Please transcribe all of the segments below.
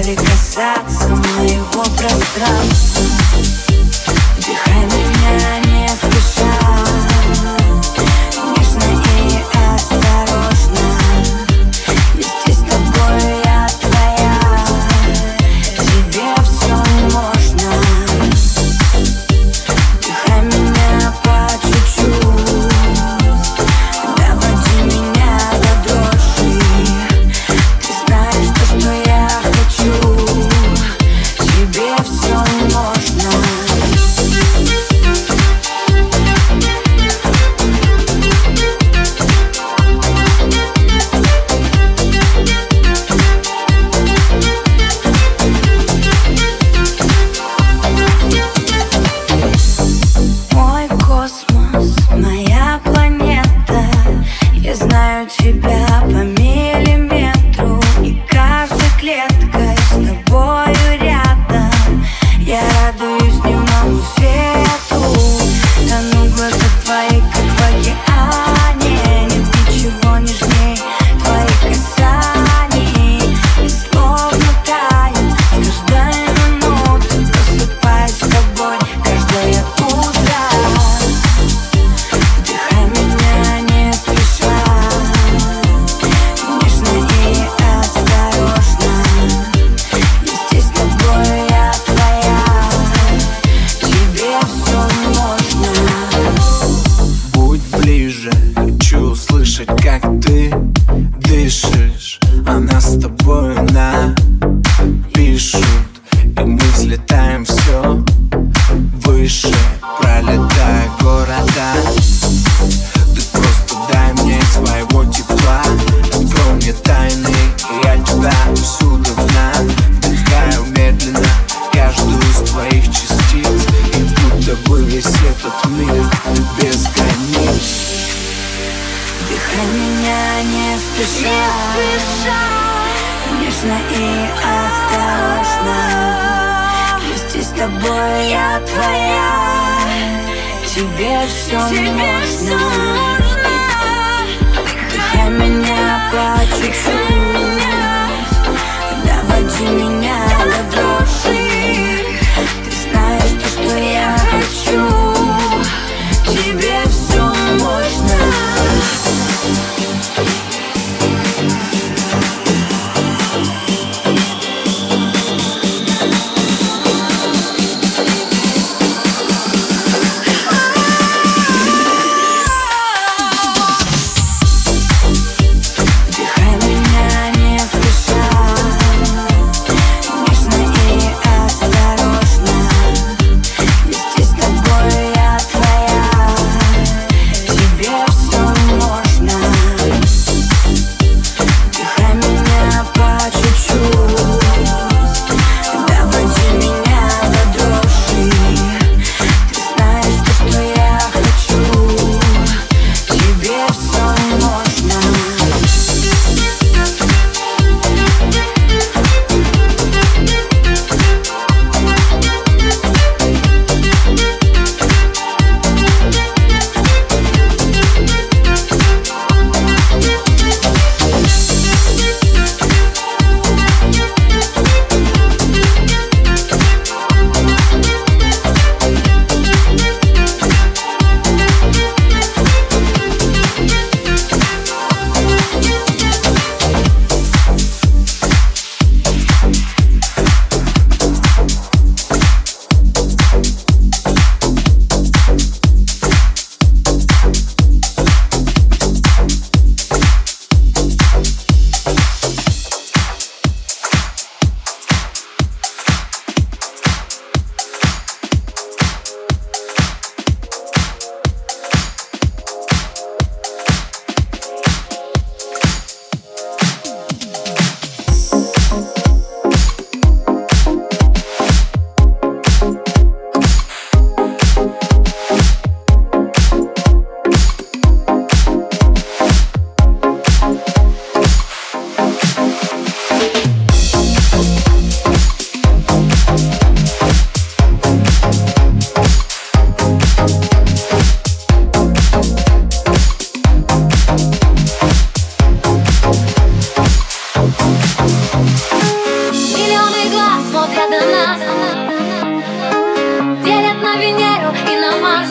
стали касаться моего пространства. Вдыхай меня не спеша, нежно и осторожно. Вместе с тобой я твоя, тебе все можно. Вдыхай меня по чуть-чуть, доводи меня до дрожи. Ты знаешь то, что я хочу, тебе все можно. Мой космос, моя планета, я знаю тебя по миллиметру, и каждой клеткой с тобою рядом я радуюсь дневному свету. Тону в глазах твоих, как в океане, нет ничего нежней твоих касаний. И словно тает с каждой минуты, просыпаюсь с тобой каждое утро. Вдыхай меня не спеша, нежно и осторожно. Вместе с тобой я твоя, тебе все можно. Будь ближе, хочу услышать, как ты дышишь. А нас с тобой напишут, и мы взлетаем все выше, пролетая города. Ты просто дай мне своего тепла, открой мне тайны, и я тебя всюду вдыхаю медленно каждую из твоих частиц, и будто бы весь этот мир без границ. Вдыхай меня не спеша, нежно и осторожно. Вместе с тобой я твоя, тебе все можно. Вдыхай меня по чуть-чуть, доводи меня до дрожи. Ты знаешь то, что я хочу, тебе все можно. Вдыхай меня не до нас делят на Венеру и на Марс.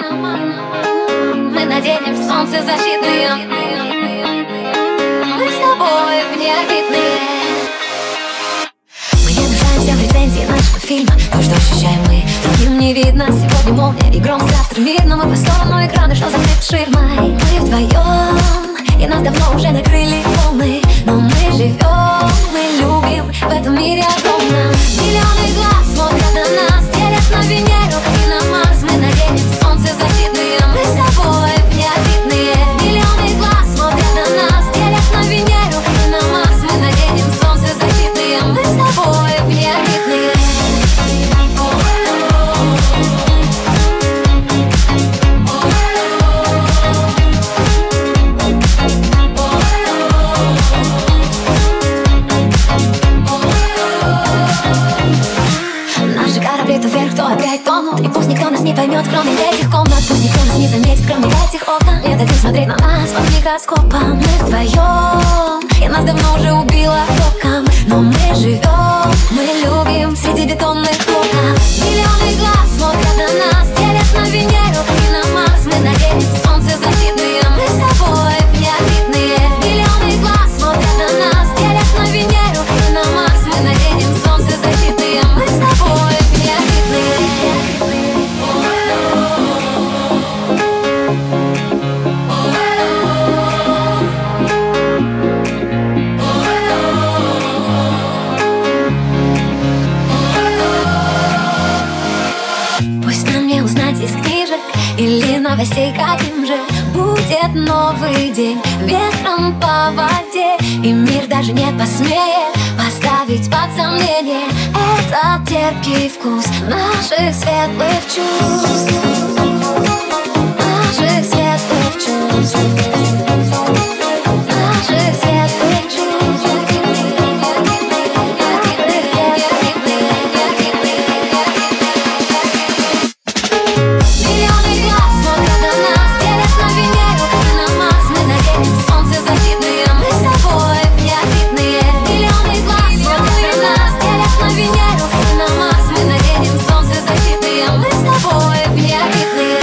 Мы наденем солнцезащитные. Мы с тобой в необидные. Мы не нуждаемся в рецензии нашего фильма. То, что ощущаем мы, другим не видно. Сегодня молния и гром, завтра мирно. Мы по сторону экрана, что закрыт ширмой. Мы вдвоем, и нас давно уже накрыли волны. Но мы живем, мы любим в этом мире огромном. Миллионы глаз смотрят на нас, делят на Венеру и на Марс. Мы наденем солнцезащитные. Мы с тобой в необидные. Миллионы глаз смотрят на нас, делят на Венеру и на Марс. Мы наденем солнцезащитные. Мы с тобой в необидные. Наши корабли то вверх, то опять тонут. И пусть никто нас не поймет, кроме этих комнат. Пусть никто нас не заметит, кроме этих окон. Не дадим смотреть на нас под микроскопом. Мы вдвоем, и нас давно уже убило током. Но мы живем, мы любим среди бетонных блоков. Миллионы глаз смотрят на нас, делят на Венеру и на Марс. Мы наденем солнцезащитные. Мы с тобой в необидные. Миллионы глаз смотрят на нас, делят на Венеру и на Марс. Мы наденем солнцезащитные. Мы с тобой в необидные. Пусть нам не узнать из книжек или новостей, каким же будет новый день. Ветром по воде, и мир даже не посмеет поставить под сомнение этот терпкий вкус наших светлых чувств. Наших светлых чувств. Наших светлых чувств. Миллионы глаз смотрят на нас, делят на Венеру и на Марс. Мы наденем солнцезащитные. Мы с тобой в необидные. Миллионы глаз смотрят на нас, делят на Венеру и на Марс. Мы наденем солнцезащитные. Мы с тобой в необидные.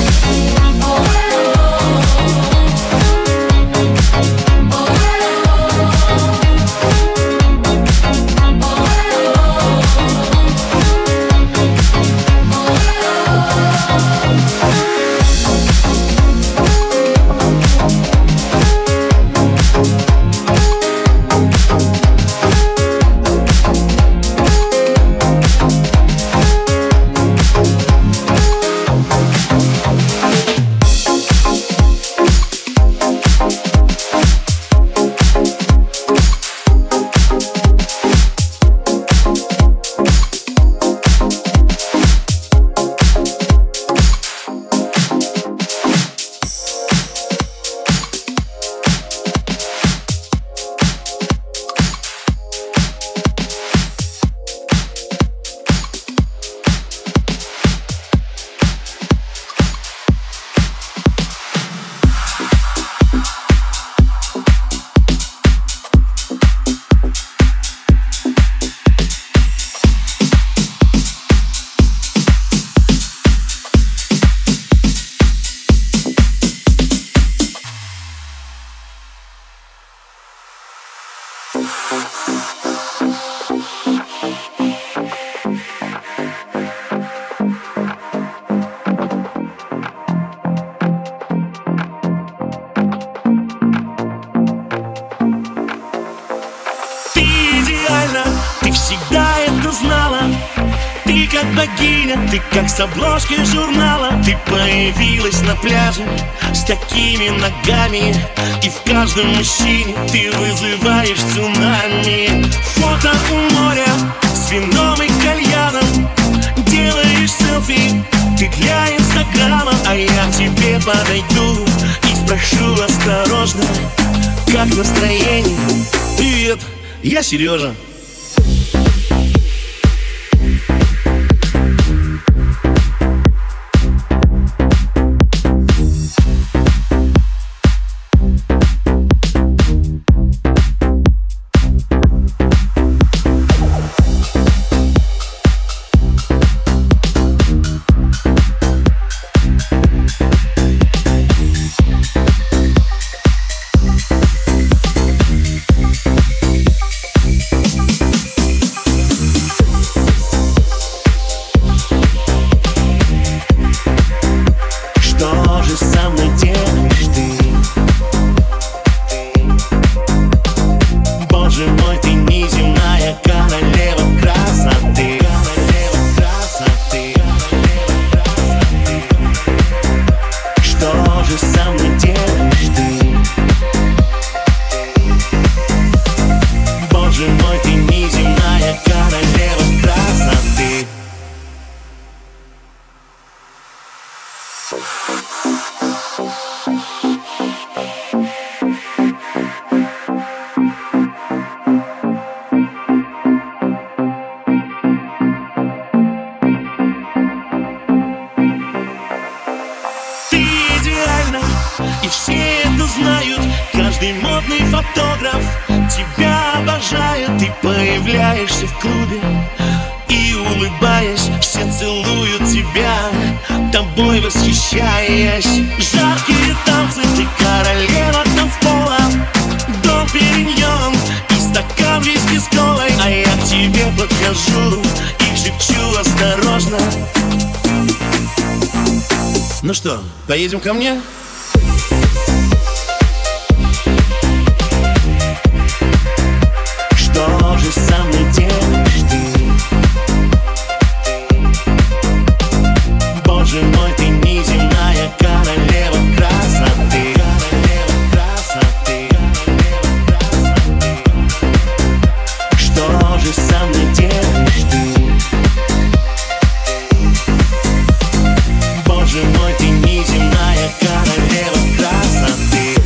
как богиня, ты как с обложки журнала. Ты появилась на пляже с такими ногами, и в каждом мужчине ты вызываешь цунами. Фото у моря с вином и кальяном, делаешь селфи ты для инстаграма. А я к тебе подойду и спрошу осторожно: как настроение? Привет, я Сережа. модный фотограф тебя обожает. Ты появляешься в клубе и, улыбаясь, все целуют тебя, тобой восхищаясь. Жаркие танцы, ты королева танцпола, Дом Периньон и стакан виски с колой. А я к тебе подхожу и шепчу осторожно: ну что, поедем ко мне? Что же со мной делаешь ты? Боже мой, ты неземная королева красоты. Королева красоты, королева красоты. Что же со мной делаешь ты? Боже мой, ты неземная королева красоты.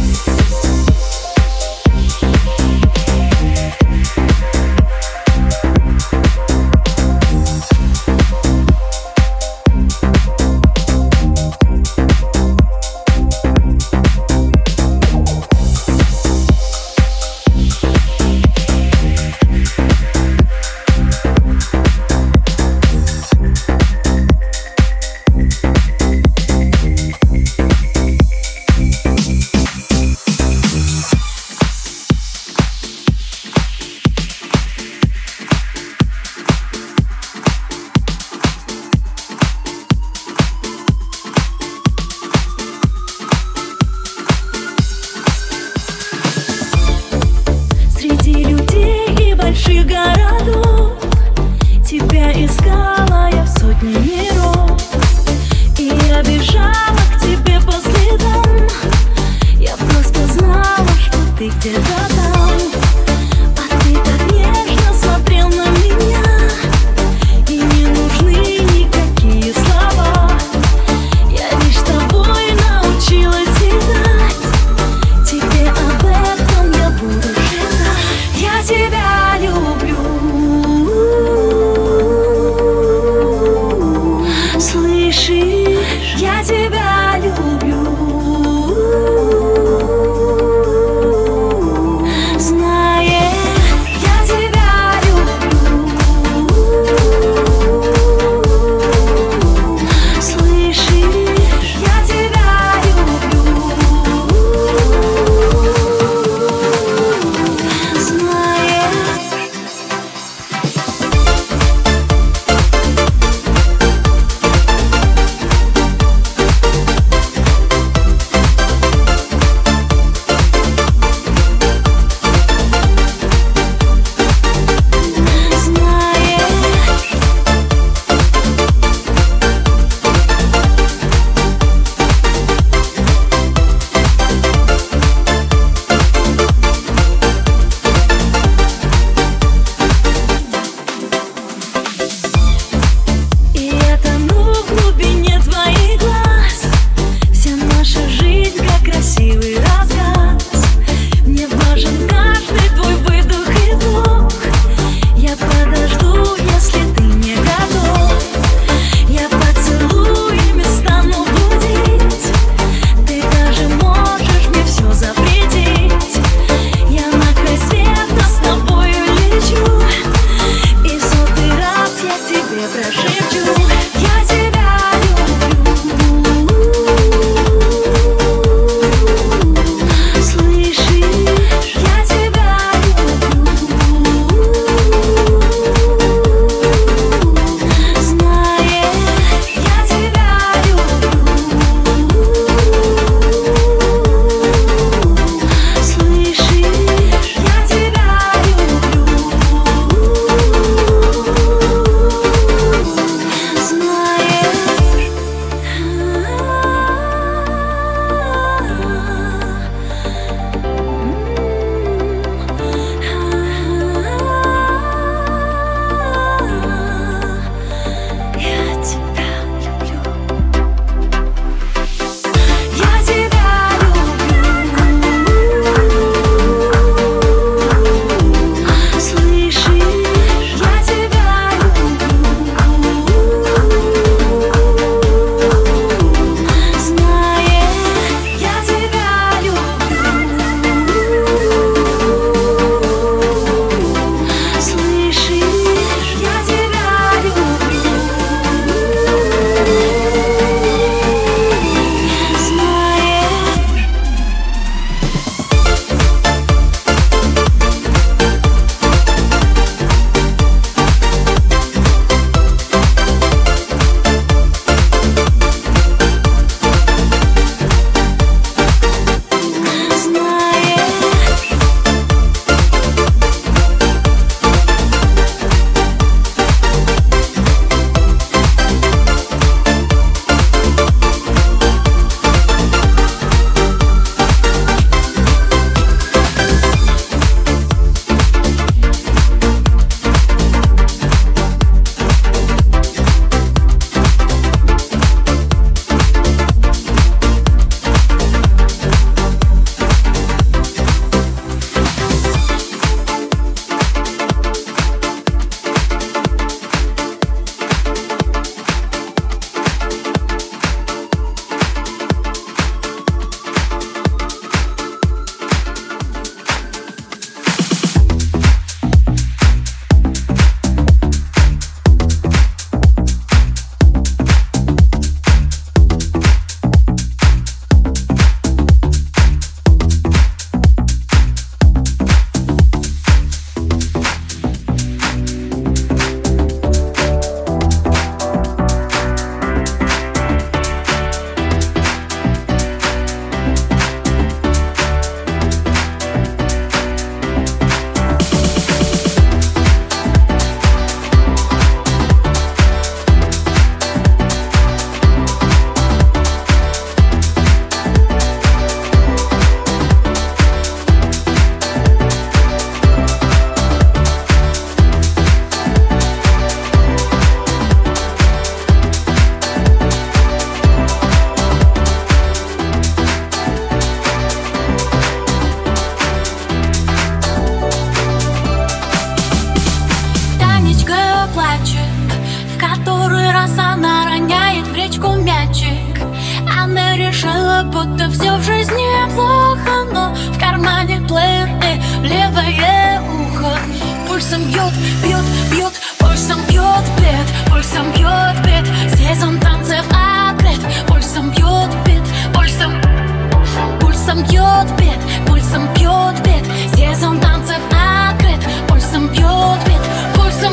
раз она роняет в речку мячик. Она решила, будто все в жизни плохо, но в кармане плеер и левое ухо. Пульсом бьет, бьет, бьет, пульсом бьет бит, пульсом бьет бит. Сезон танцев апрет, пульсом бьет бит, пульсом бьет бит, пульсом бьет бит. Сезон танцев открыт, пульсом бьет бит, пульсом.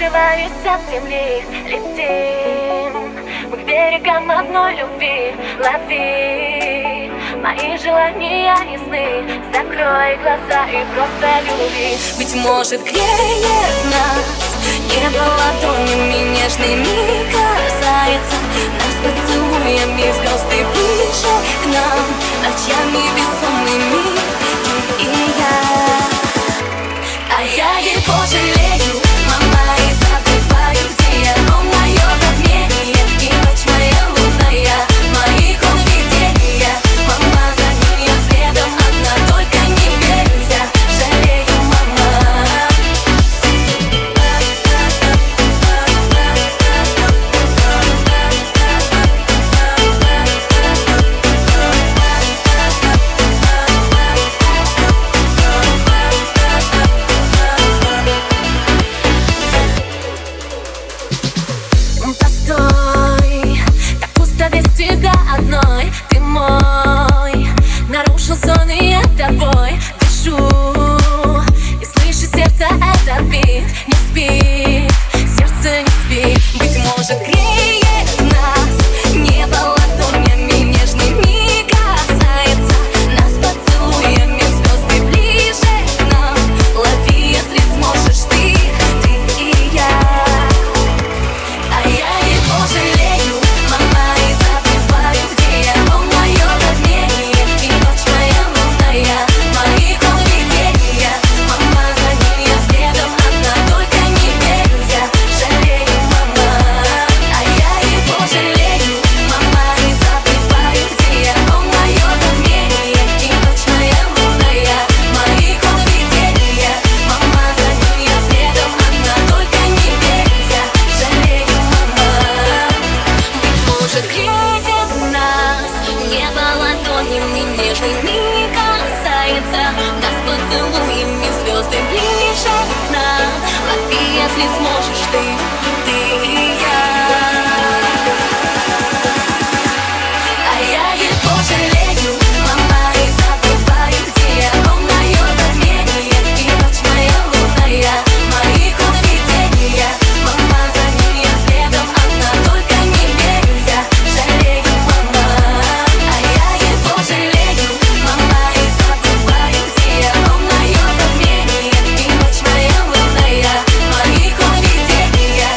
отрываясь от земли, летим мы к берегам одной любви. Лови мои желания и сны, закрой глаза и просто люби. Быть может, греет нас небо ладонями нежными, касается нас поцелуями, звезды ближе к нам, ночами бессонными, ты и я. А я его жалею, мама, и забываю, где я. Он мое затмение, и ночь моя лунная, моих он видения. Мама, за ним я следом одна, только не верю я, жалею, мама. Постой, так пусто без тебя одной. Ты мой, нарушил сон, и я тобой дышу, и слышу сердце этот бит. Не спит, сердце не спит. Быть может, греет нас небо ладонями нежными, касается нас поцелуями, звезды ближе к нам. Лови, если сможешь ты и я. А я его жалею, мама, и забываю, где я. Он мое затмение, и ночь моя лунная, моих он видения. Мама, за ним я следом одна, только не верю я, жалею, мама. А я его жалею, мама, и забываю, где я. Он мое затмение, и ночь моя лунная, моих он видения. Мама, за ним я следом одна, только не верю я, жалею, мама. Быть может, греет нас небо ладонями нежными, касается нас поцелуями, звезды ближе к нам. Лови, если сможешь ты и я. А я его жалею, мама, и забываю, где я. Он мое затмение, и ночь моя лунная, моих он видения. Мама, за ним я следом одна, только не верю я, жалею, мама. А я его жалею, мама, и забываю, где я. Он мое затмение, и ночь моя лунная, моих он видения.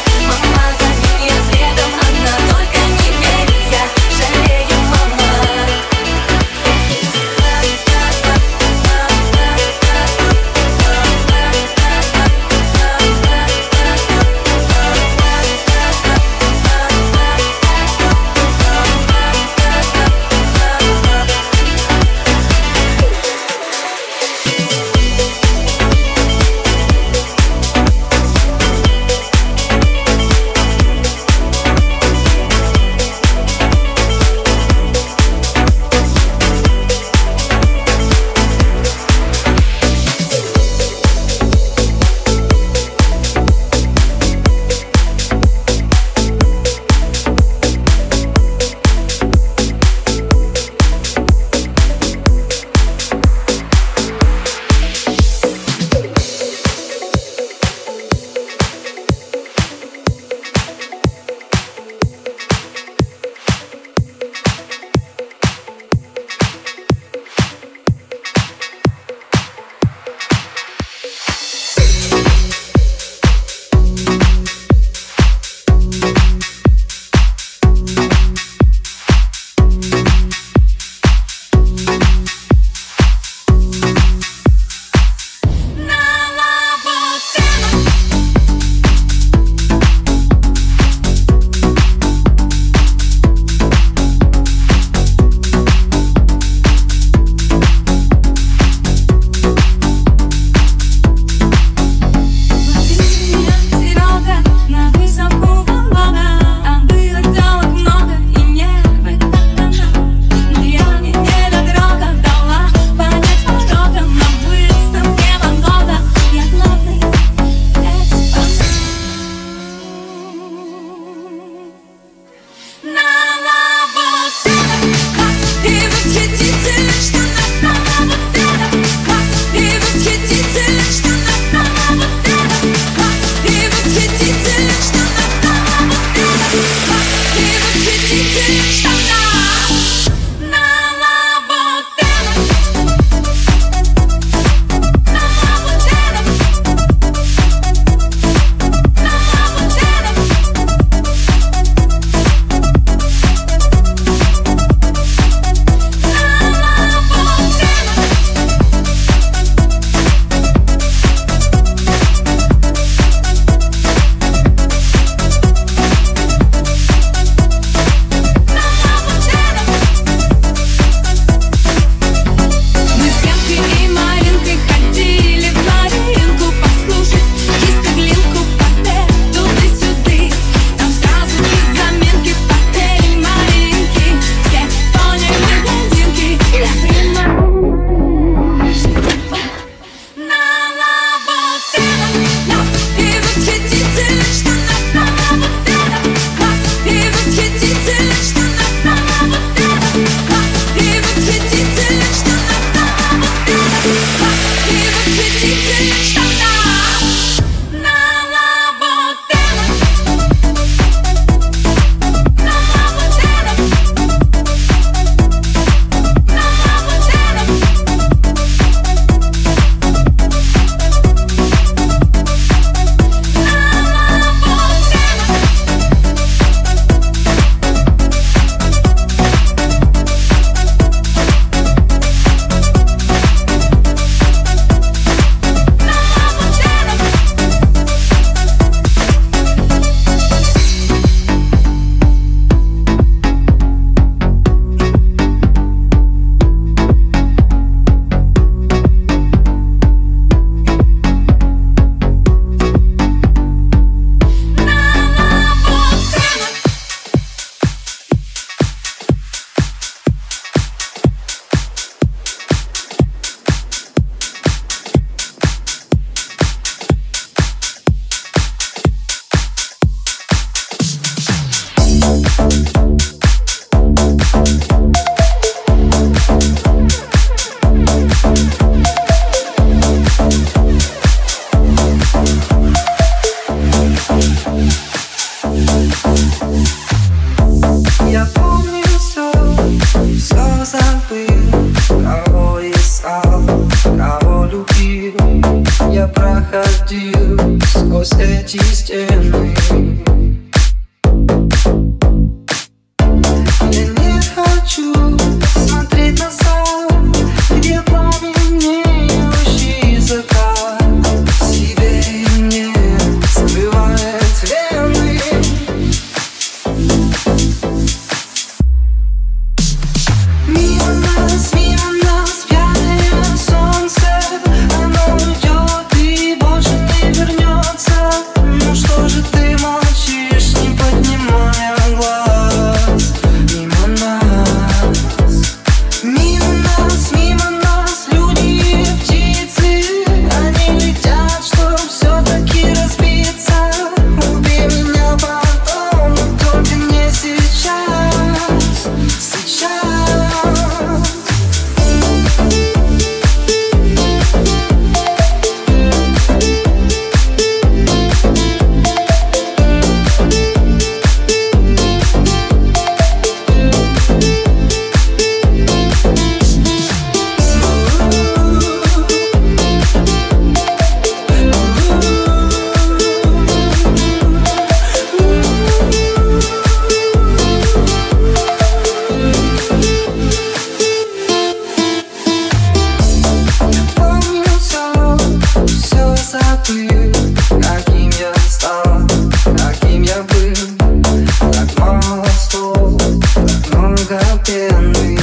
постепенный.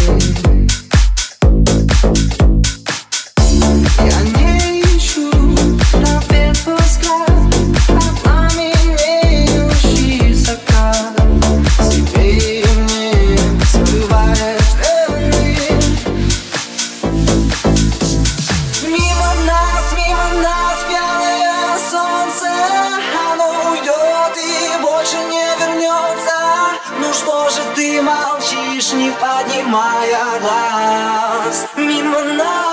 Я не ищу ответ в взгляд, а пламенеющий закат тебе и мне скрывает вины. Мимо нас пьяное солнце, оно уйдет и больше не вернется. Ну что же ты молчишь, не поднимая глаз? Мимо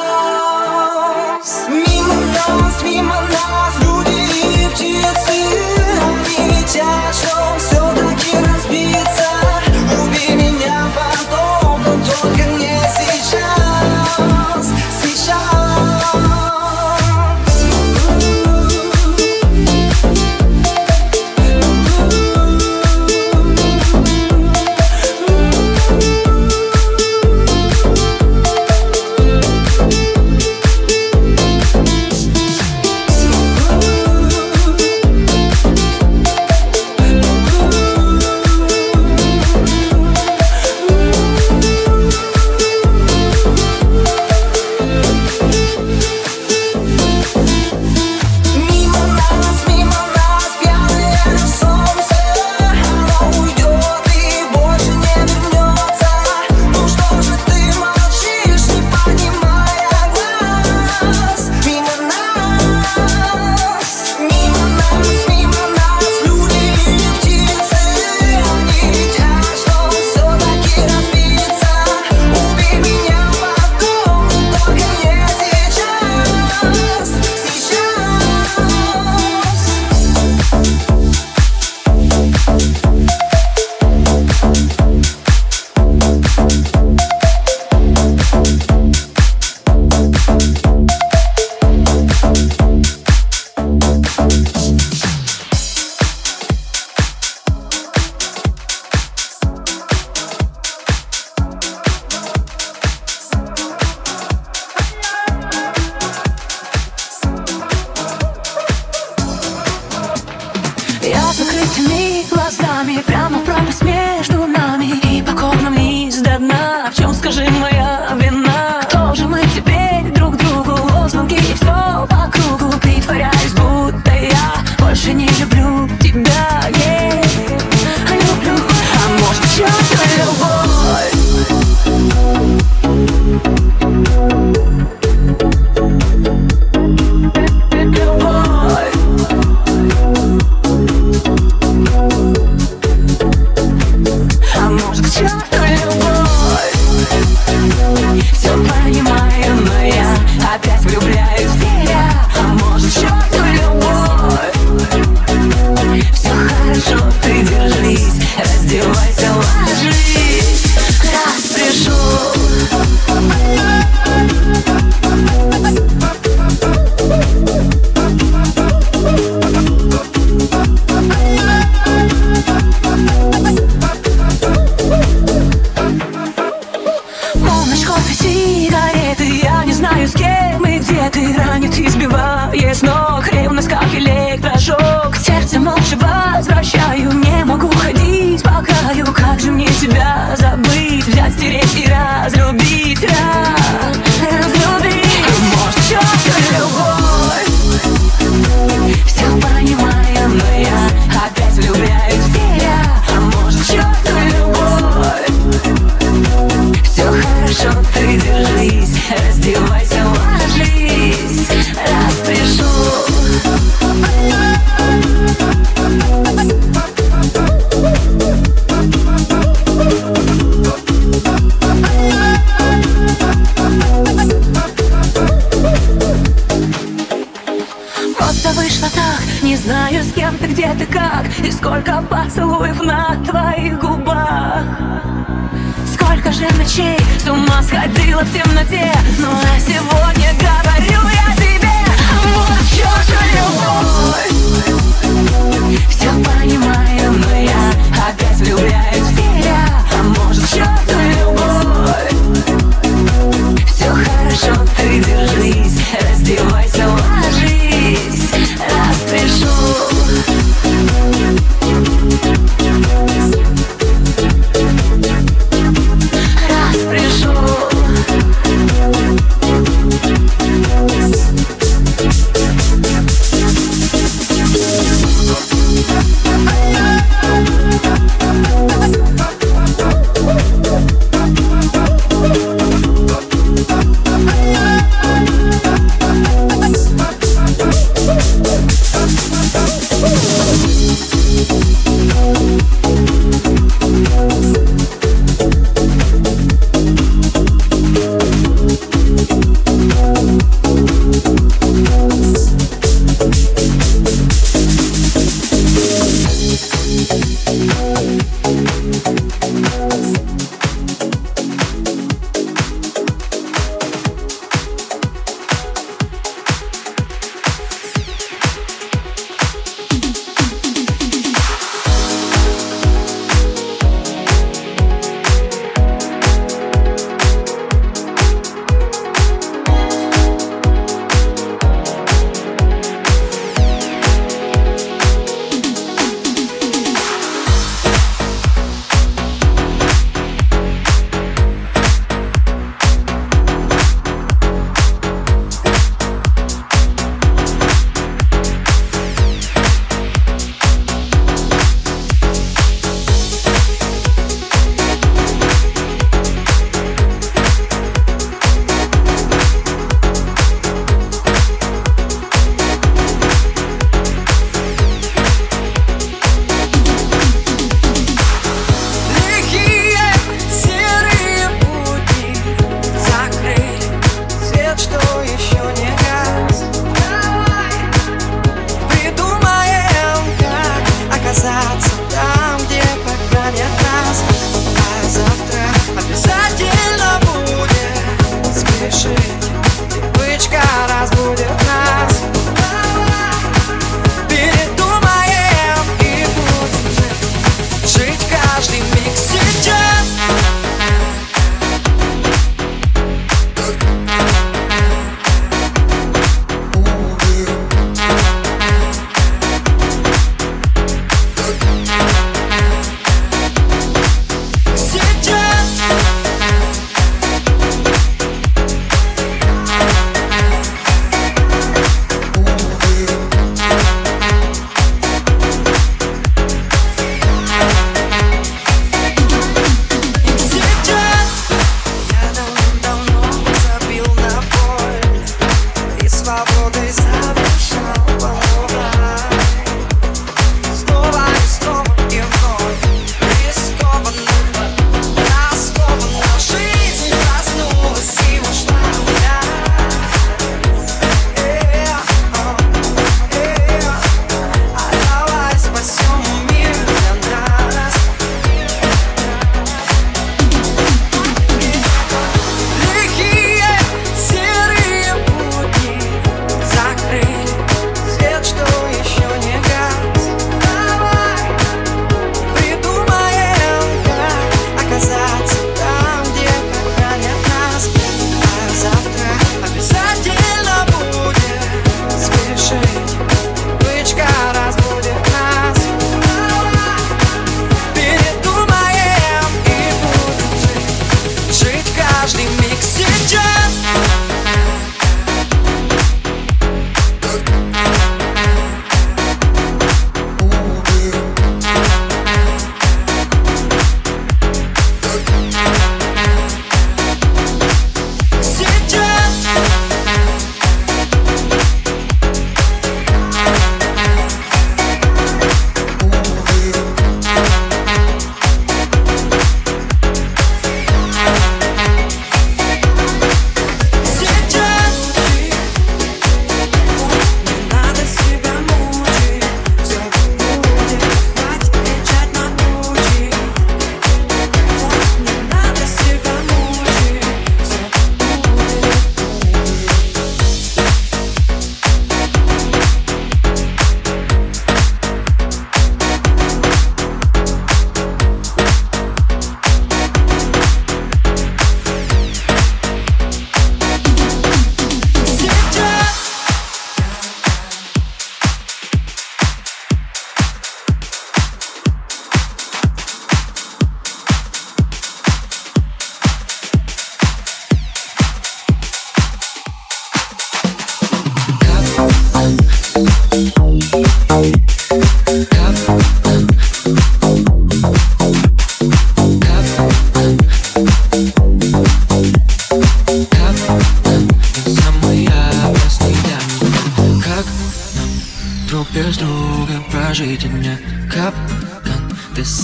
нас люди и птицы, они летят, что все-таки разбиться. Люби меня потом, но только не сейчас, сейчас. Я закрытыми глазами прямо в пропасть между нами, и покорно вниз до дна. В чем, скажи, моя вина? Кто же мы теперь друг другу? Лозунги и все по кругу. Притворяюсь, будто я больше не люблю тебя. Люблю, а может, чья-то любовь. Все понимаю, но я опять влюбляюсь в тебя. А может, черту любовь. Все хорошо, ты держись, раздевайся, ложись. Раз пришел. Полночь, кофе, сигареты, я не знаю, с кем и где ты. Ранит, избивает с ног, ревность, как электрошок. Сердце молча возвращаю, не могу ходить по краю. Как же мне тебя забыть, взять, стереть и разлюбить, разлюбить. Может, черту любовь. Все понимаю, но я опять влюбляюсь в тебя. А может, черту любовь. Все хорошо, ты держись, раздевайся, ложись. Раз пришел. Просто вышло так, не знаю, с кем ты, где ты, как. И сколько поцелуев на твоих губах. Сколько же ночей с ума сходила в темноте. Ну а сегодня говорю я тебе, вот чё же любовь. Все понимаю, но я опять влюбляюсь в тебя. А может, чёрту любовь. Все хорошо, ты держись, раздевайся, ложись. Раз пришел.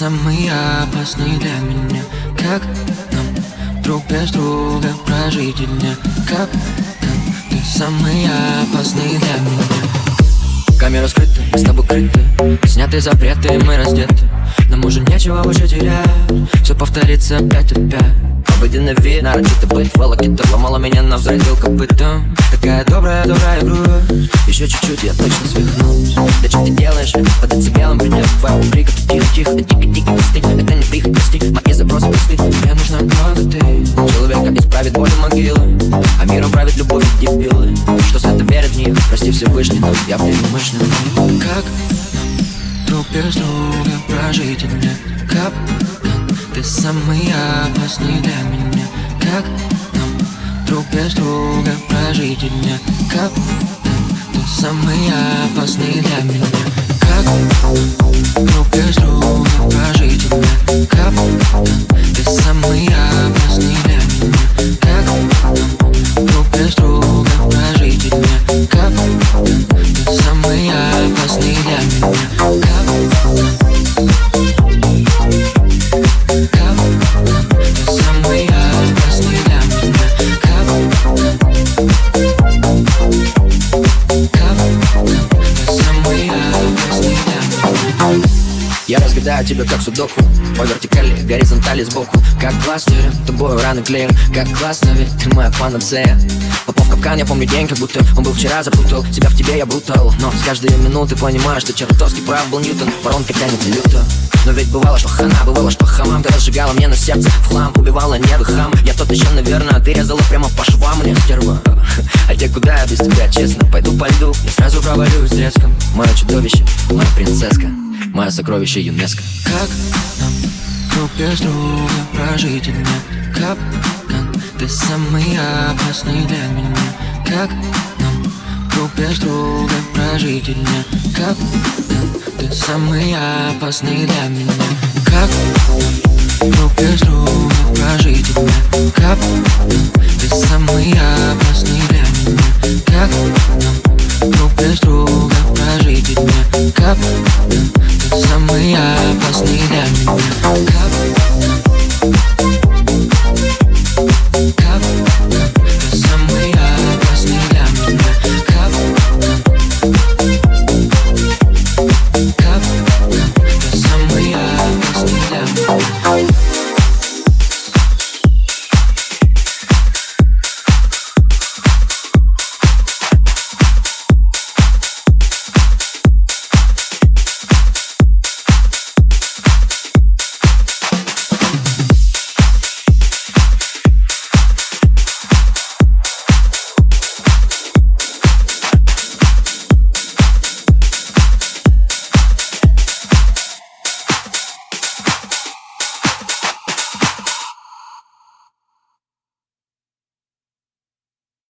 самый опасный для меня. Как нам друг без друга прожить и дня? Как ты самый опасный для меня. Камеры скрыты, мы с тобой крыты, сняты запреты, мы раздеты. Нам уже нечего больше терять, все повторится опять. Обыденный вид, нарочито быть волокита ломала меня навзрыв копытом. Такая добрая грусть, еще чуть-чуть, я точно свихнусь. Да что ты делаешь? Под децибелом придет твоя уприка. Тихо, тихо, пусты, это не прихоть, пусты. Мои запросы пусты, мне нужна только ты. Человека исправит боль могилы, а миром правит любовь и дебилы, что свято верят в них, прости Всевышний, но я в немощный. Как друг без друга прожить и дня? Как ты самый опасный для меня. Как нам друг без друга прожить и дня? Как ты самый опасный для меня. Как друг без друга прожить и дня? Как ты самый опасный для меня. Как друг без друга прожить и дня? Как ты самый опасный для меня. Я разгадаю тебя как судоку, по вертикали, горизонтали сбоку. Как глаз верен, тобою раны клею. Как классно, ведь ты моя панацея. Попал в капкан, я помню день, как будто он был вчера, запутал себя в тебе, я брутал. Но с каждой минуты понимаю, что чертовски прав был Ньютон. Воронка тянет люто. Но ведь бывало, что хана, бывало, что хамам. Ты разжигала мне на сердце в хлам, убивала нервы хам. Я тот еще, наверное, ты резала прямо по швам мне, стерва. А я куда я без тебя, честно? Пойду по льду, я сразу провалюсь резком. Мое чудовище, моя принцесска, мое сокровище ЮНЕСКО. Как нам друг без друга прожить и дня? Как ты самый опасный для меня. Как нам друг без друга прожить и дня? Как ты самый опасный для меня. Как друг без друга прожить и дня?